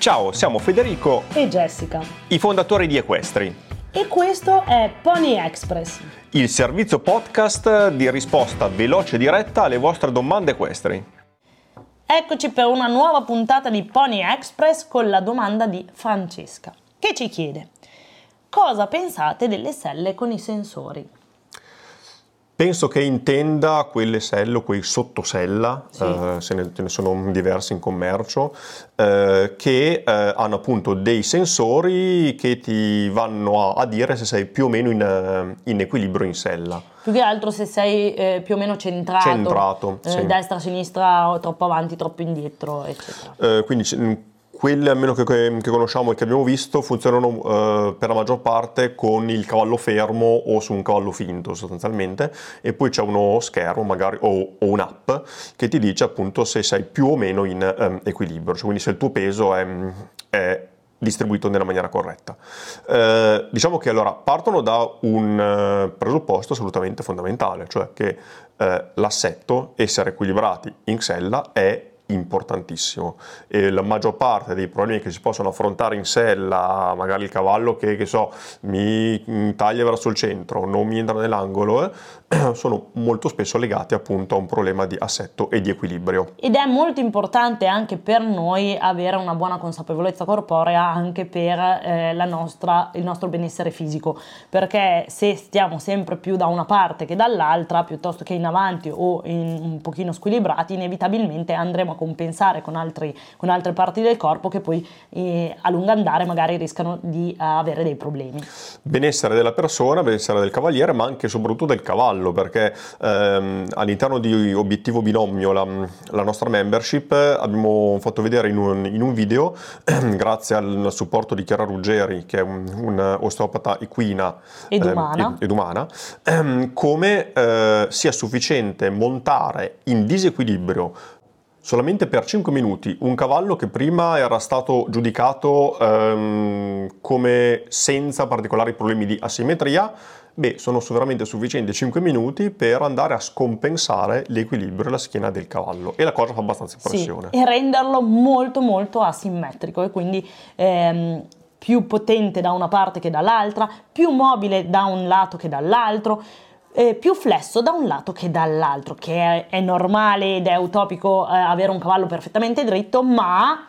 Ciao, siamo Federico e Jessica, i fondatori di Equestri. E questo è Pony Express, il servizio podcast di risposta veloce e diretta alle vostre domande equestri. Eccoci per una nuova puntata di Pony Express con la domanda di Francesca, che ci chiede: cosa pensate delle selle con i sensori? Penso che intenda quelle selle o quei sottosella, Sì. ce ne sono diversi in commercio, che hanno appunto dei sensori che ti vanno a dire se sei più o meno in equilibrio in sella. Più che altro se sei più o meno centrato, sì. Destra, sinistra, troppo avanti, troppo indietro, eccetera. Quindi quelle, almeno che conosciamo e che abbiamo visto, funzionano per la maggior parte con il cavallo fermo o su un cavallo finto sostanzialmente, e poi c'è uno schermo magari o un'app che ti dice appunto se sei più o meno in equilibrio, cioè quindi se il tuo peso è distribuito nella maniera corretta. Diciamo che allora partono da un presupposto assolutamente fondamentale, cioè che l'assetto, essere equilibrati in sella, è importantissimo, e la maggior parte dei problemi che si possono affrontare in sella, magari il cavallo che so mi taglia verso il centro, non mi entra nell'angolo, sono molto spesso legati appunto a un problema di assetto e di equilibrio. Ed è molto importante anche per noi avere una buona consapevolezza corporea anche per il nostro benessere fisico, perché se stiamo sempre più da una parte che dall'altra, piuttosto che in avanti o un pochino squilibrati, inevitabilmente andremo a compensare con altre parti del corpo che poi a lungo andare magari rischiano di avere dei problemi. Benessere della persona, benessere del cavaliere, ma anche e soprattutto del cavallo, perché all'interno di Obiettivo Binomio, la nostra membership, abbiamo fatto vedere in un video, grazie al supporto di Chiara Ruggeri, che è un osteopata equina ed umana, come sia sufficiente montare in disequilibrio solamente per 5 minuti un cavallo che prima era stato giudicato come senza particolari problemi di asimmetria. Sono veramente sufficienti 5 minuti per andare a scompensare l'equilibrio della schiena del cavallo, e la cosa fa abbastanza impressione. Sì, e renderlo molto molto asimmetrico, e quindi più potente da una parte che dall'altra, più mobile da un lato che dall'altro, più flesso da un lato che dall'altro, che è normale ed è utopico avere un cavallo perfettamente dritto, ma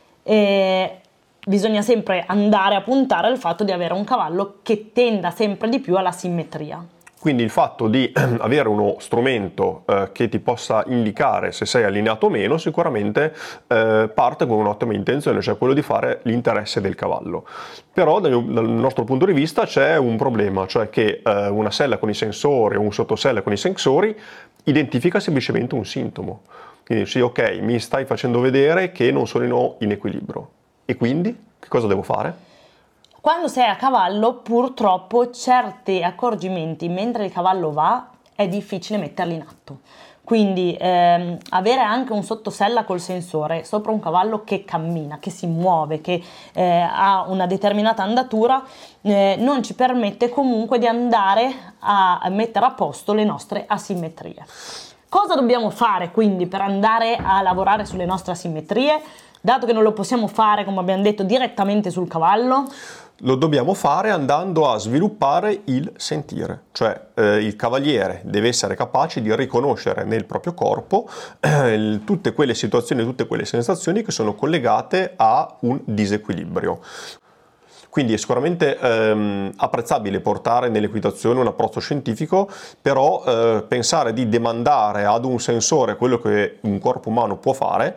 bisogna sempre andare a puntare al fatto di avere un cavallo che tenda sempre di più alla simmetria. Quindi il fatto di avere uno strumento che ti possa indicare se sei allineato o meno sicuramente parte con un'ottima intenzione, cioè quello di fare l'interesse del cavallo. Però dal nostro punto di vista c'è un problema, cioè che una sella con i sensori o un sottosella con i sensori identifica semplicemente un sintomo. Quindi sì, ok, mi stai facendo vedere che non sono in equilibrio. E quindi che cosa devo fare? Quando sei a cavallo, purtroppo certi accorgimenti mentre il cavallo va è difficile metterli in atto. Quindi avere anche un sottosella col sensore sopra un cavallo che cammina, che si muove, che ha una determinata andatura, non ci permette comunque di andare a mettere a posto le nostre asimmetrie. Cosa dobbiamo fare quindi per andare a lavorare sulle nostre asimmetrie? Dato che non lo possiamo fare, come abbiamo detto, direttamente sul cavallo, lo dobbiamo fare andando a sviluppare il sentire, cioè il cavaliere deve essere capace di riconoscere nel proprio corpo tutte quelle situazioni, tutte quelle sensazioni che sono collegate a un disequilibrio. Quindi è sicuramente apprezzabile portare nell'equitazione un approccio scientifico, però pensare di demandare ad un sensore quello che un corpo umano può fare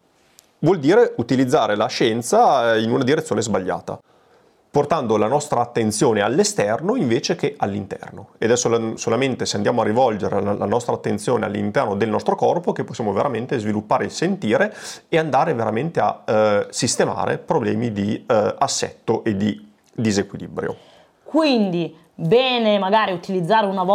vuol dire utilizzare la scienza in una direzione sbagliata, portando la nostra attenzione all'esterno invece che all'interno. Ed è solamente se andiamo a rivolgere la nostra attenzione all'interno del nostro corpo che possiamo veramente sviluppare il sentire e andare veramente a sistemare problemi di assetto e di disequilibrio. Quindi bene magari utilizzare una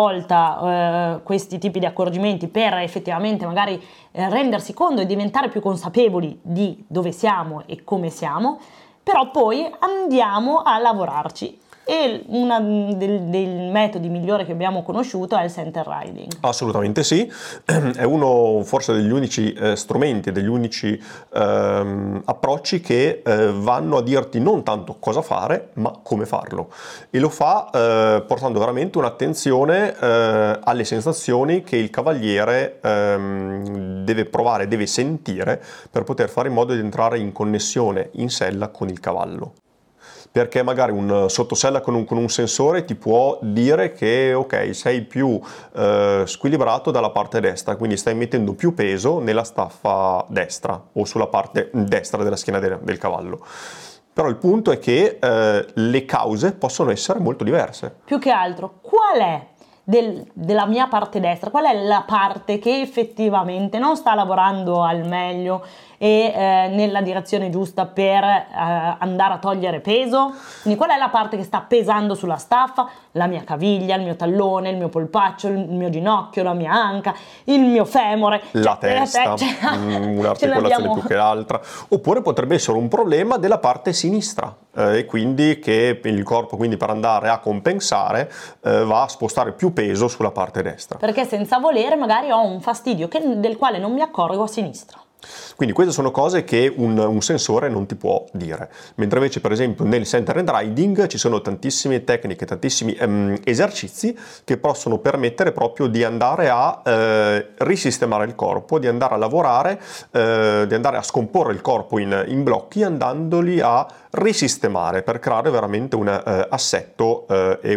volta questi tipi di accorgimenti per effettivamente magari rendersi conto e diventare più consapevoli di dove siamo e come siamo, però poi andiamo a lavorarci e uno dei metodi migliori che abbiamo conosciuto è il center riding. Assolutamente sì, è uno forse degli unici strumenti, degli unici approcci che vanno a dirti non tanto cosa fare, ma come farlo, e lo fa portando veramente un'attenzione alle sensazioni che il cavaliere deve provare, deve sentire per poter fare in modo di entrare in connessione in sella con il cavallo. Perché magari un sottosella con un sensore ti può dire che ok, sei più squilibrato dalla parte destra, quindi stai mettendo più peso nella staffa destra o sulla parte destra della schiena del cavallo. Però il punto è che le cause possono essere molto diverse. Più che altro, qual è della mia parte destra, qual è la parte che effettivamente non sta lavorando al meglio e nella direzione giusta per andare a togliere peso? Quindi qual è la parte che sta pesando sulla staffa? La mia caviglia, il mio tallone, il mio polpaccio, il mio ginocchio, la mia anca, il mio femore, la testa, un'articolazione più che l'altra. Oppure potrebbe essere un problema della parte sinistra, e quindi che il corpo, quindi per andare a compensare, va a spostare più peso sulla parte destra. Perché senza volere magari ho un fastidio del quale non mi accorgo a sinistra. Quindi queste sono cose che un sensore non ti può dire, mentre invece per esempio nel center and riding ci sono tantissime tecniche, tantissimi esercizi che possono permettere proprio di andare a risistemare il corpo, di andare a lavorare, di andare a scomporre il corpo in blocchi, andandoli a risistemare per creare veramente un assetto e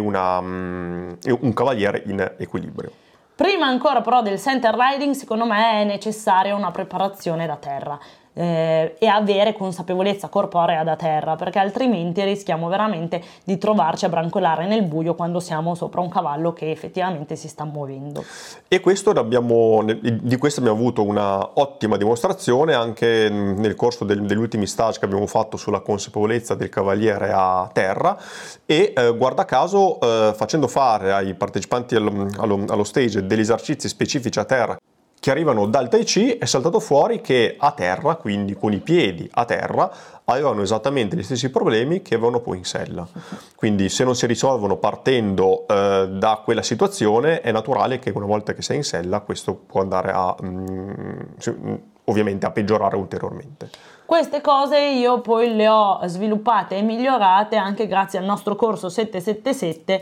un cavaliere in equilibrio. Prima ancora però del center riding, secondo me è necessaria una preparazione da terra e avere consapevolezza corporea da terra, perché altrimenti rischiamo veramente di trovarci a brancolare nel buio quando siamo sopra un cavallo che effettivamente si sta muovendo. E di questo abbiamo avuto una ottima dimostrazione anche nel corso degli ultimi stage che abbiamo fatto sulla consapevolezza del cavaliere a terra, e guarda caso facendo fare ai partecipanti allo stage degli esercizi specifici a terra che arrivano dal Tai Chi, è saltato fuori che a terra, quindi con i piedi a terra, avevano esattamente gli stessi problemi che avevano poi in sella. Quindi se non si risolvono partendo da quella situazione, è naturale che una volta che sei in sella questo può andare ovviamente a peggiorare ulteriormente. Queste cose io poi le ho sviluppate e migliorate anche grazie al nostro corso 777,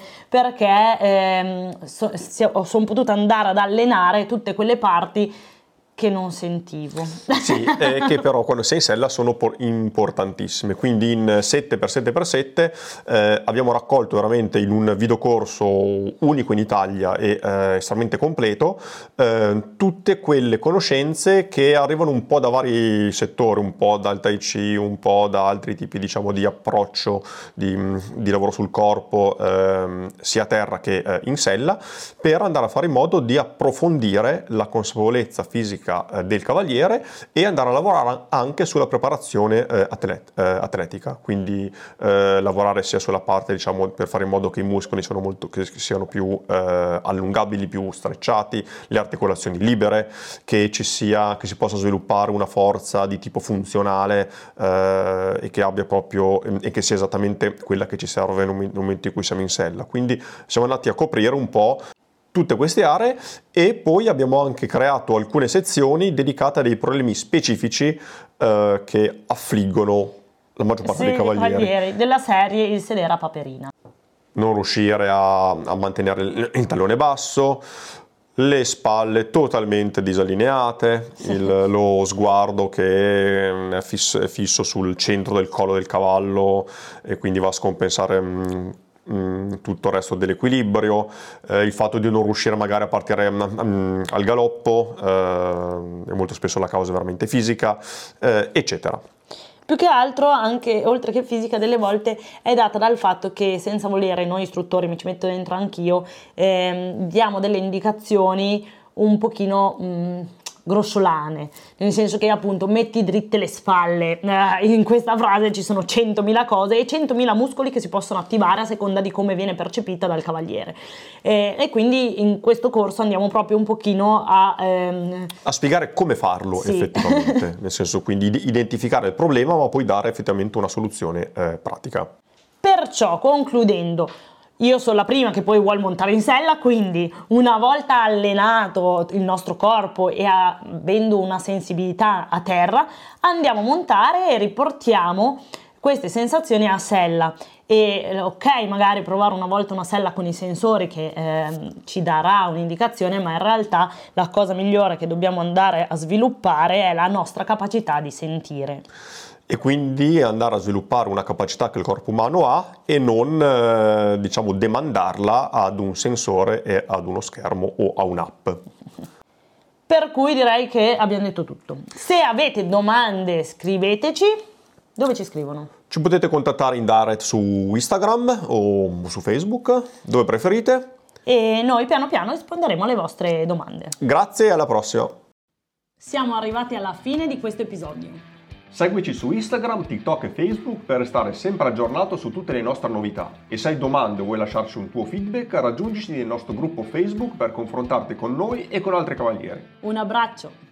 perché sono potuta andare ad allenare tutte quelle parti che non sentivo. Sì, che però quando sei in sella sono importantissime. Quindi in 7x7x7 abbiamo raccolto veramente in un videocorso unico in Italia e estremamente completo tutte quelle conoscenze che arrivano un po' da vari settori, un po' dal Tai Chi, un po' da altri tipi, diciamo, di approccio, di lavoro sul corpo, sia a terra che in sella, per andare a fare in modo di approfondire la consapevolezza fisica del cavaliere e andare a lavorare anche sulla preparazione atletica, quindi lavorare sia sulla parte, diciamo, per fare in modo che i muscoli che siano più allungabili, più strecciati, le articolazioni libere, che si possa sviluppare una forza di tipo funzionale e che abbia proprio e che sia esattamente quella che ci serve nel momento in cui siamo in sella. Quindi siamo andati a coprire un po' tutte queste aree, e poi abbiamo anche creato alcune sezioni dedicate a dei problemi specifici che affliggono la maggior parte dei cavalieri. Della serie il sedere a paperina. Non riuscire a mantenere il tallone basso, le spalle totalmente disallineate, lo sguardo che è fisso sul centro del collo del cavallo e quindi va a scompensare tutto il resto dell'equilibrio, il fatto di non riuscire magari a partire al galoppo, e molto spesso la causa è veramente fisica, eccetera. Più che altro, anche oltre che fisica, delle volte è data dal fatto che, senza volere, noi istruttori, mi ci metto dentro anch'io, diamo delle indicazioni un pochino grossolane, nel senso che appunto metti dritte le spalle, in questa frase ci sono 100.000 cose e 100.000 muscoli che si possono attivare a seconda di come viene percepita dal cavaliere, e quindi in questo corso andiamo proprio un pochino a spiegare come farlo, sì, effettivamente, nel senso, quindi identificare il problema ma poi dare effettivamente una soluzione pratica. Per Perciò, concludendo, io sono la prima che poi vuol montare in sella, quindi una volta allenato il nostro corpo e avendo una sensibilità a terra, andiamo a montare e riportiamo queste sensazioni a sella. E ok, magari provare una volta una sella con i sensori che ci darà un'indicazione, ma in realtà la cosa migliore che dobbiamo andare a sviluppare è la nostra capacità di sentire. E quindi andare a sviluppare una capacità che il corpo umano ha e non, diciamo, demandarla ad un sensore e ad uno schermo o a un'app. Per cui direi che abbiamo detto tutto. Se avete domande, scriveteci. Dove ci scrivono? Ci potete contattare in direct su Instagram o su Facebook, dove preferite. E noi piano piano risponderemo alle vostre domande. Grazie e alla prossima. Siamo arrivati alla fine di questo episodio. Seguici su Instagram, TikTok e Facebook per restare sempre aggiornato su tutte le nostre novità. E se hai domande o vuoi lasciarci un tuo feedback, raggiungici nel nostro gruppo Facebook per confrontarti con noi e con altri cavalieri. Un abbraccio!